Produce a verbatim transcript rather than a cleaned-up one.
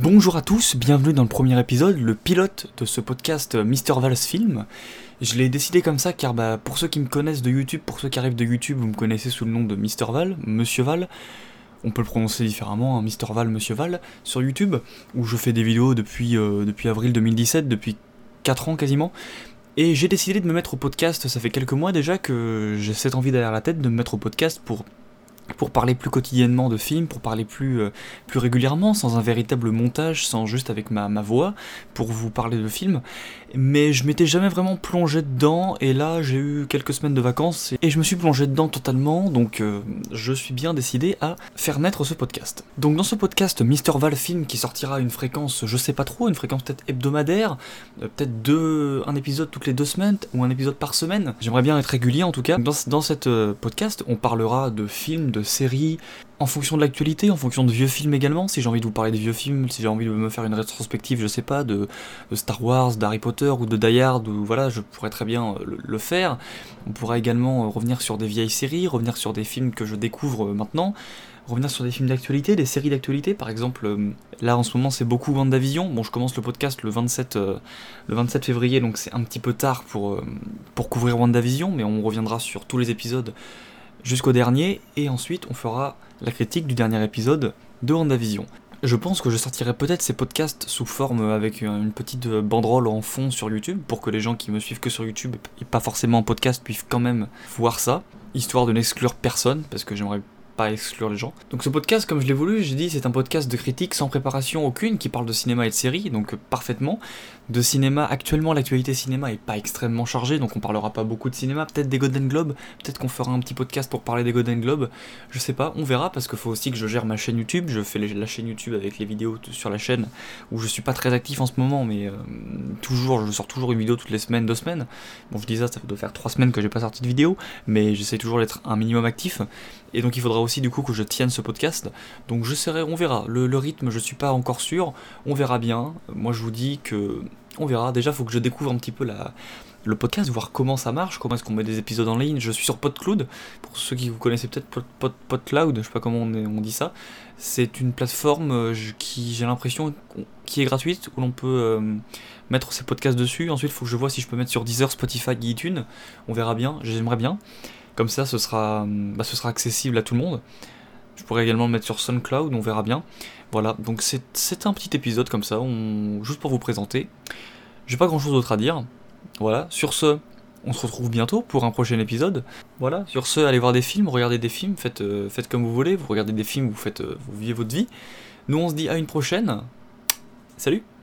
Bonjour à tous, bienvenue dans le premier épisode, le pilote de ce podcast Mister Val's Film. Je l'ai décidé comme ça car bah, pour ceux qui me connaissent de YouTube, pour ceux qui arrivent de YouTube, vous me connaissez sous le nom de Mister Val, Monsieur Val. On peut le prononcer différemment, hein, Mister Val, Monsieur Val, sur YouTube, où je fais des vidéos depuis, euh, depuis avril deux mille dix-sept, depuis quatre ans quasiment. Et j'ai décidé de me mettre au podcast, ça fait quelques mois déjà que j'ai cette envie derrière la tête de me mettre au podcast pour... pour parler plus quotidiennement de films, pour parler plus, euh, plus régulièrement, sans un véritable montage, sans juste avec ma, ma voix, pour vous parler de films. Mais je m'étais jamais vraiment plongé dedans, et là j'ai eu quelques semaines de vacances, et je me suis plongé dedans totalement, donc euh, je suis bien décidé à faire naître ce podcast. Donc dans ce podcast Mister Val Film, qui sortira à une fréquence, je sais pas trop, une fréquence peut-être hebdomadaire, euh, peut-être deux, un épisode toutes les deux semaines, ou un épisode par semaine, j'aimerais bien être régulier en tout cas. Dans, dans cette euh, podcast, on parlera de films, de séries, en fonction de l'actualité, en fonction de vieux films également, si j'ai envie de vous parler de vieux films, si j'ai envie de me faire une rétrospective, je sais pas, de, de Star Wars, d'Harry Potter ou de Die Hard, ou voilà, je pourrais très bien le, le faire. On pourra également revenir sur des vieilles séries, revenir sur des films que je découvre maintenant, revenir sur des films d'actualité, des séries d'actualité, par exemple, euh, là en ce moment c'est beaucoup WandaVision. Bon, je commence le podcast le vingt-sept, euh, le vingt-sept février, donc c'est un petit peu tard pour, euh, pour couvrir WandaVision, mais on reviendra sur tous les épisodes jusqu'au dernier, et ensuite on fera la critique du dernier épisode de WandaVision. Je pense que je sortirai peut-être ces podcasts sous forme avec une petite banderole en fond sur YouTube, pour que les gens qui me suivent que sur YouTube, et pas forcément en podcast, puissent quand même voir ça, histoire de n'exclure personne, parce que j'aimerais pas exclure les gens. Donc ce podcast, comme je l'ai voulu, j'ai dit, c'est un podcast de critique sans préparation aucune, qui parle de cinéma et de séries, donc parfaitement. De cinéma, actuellement l'actualité cinéma est pas extrêmement chargée, donc on parlera pas beaucoup de cinéma, peut-être des Golden Globes, peut-être qu'on fera un petit podcast pour parler des Golden Globes, je sais pas, on verra, parce qu'il faut aussi que je gère ma chaîne YouTube, je fais les, la chaîne YouTube avec les vidéos t- sur la chaîne, où je suis pas très actif en ce moment, mais euh, toujours, je sors toujours une vidéo toutes les semaines, deux semaines, bon je dis ça, ça doit faire trois semaines que j'ai pas sorti de vidéo, mais j'essaie toujours d'être un minimum actif, et donc il faudra aussi du coup que je tienne ce podcast, donc je serai, on verra, le, le rythme je suis pas encore sûr, on verra bien, moi je vous dis que on verra, déjà il faut que je découvre un petit peu la, le podcast, voir comment ça marche, comment est-ce qu'on met des épisodes en ligne. Je suis sur PodCloud, pour ceux qui vous connaissez peut-être Pod, Pod, PodCloud, je sais pas comment on, est, on dit ça, c'est une plateforme euh, qui, j'ai l'impression, qui est gratuite, où l'on peut euh, mettre ses podcasts dessus. Ensuite il faut que je vois si je peux mettre sur Deezer, Spotify, iTunes, on verra bien, j'aimerais bien, comme ça ce sera, bah, ce sera accessible à tout le monde. Je pourrais également le mettre sur SoundCloud, on verra bien. Voilà, donc c'est, c'est un petit épisode comme ça, on, juste pour vous présenter. J'ai pas grand chose d'autre à dire. Voilà, sur ce, on se retrouve bientôt pour un prochain épisode. Voilà, sur ce, allez voir des films, regardez des films, faites, euh, faites comme vous voulez, vous regardez des films, vous, faites, euh, vous vivez votre vie. Nous on se dit à une prochaine. Salut!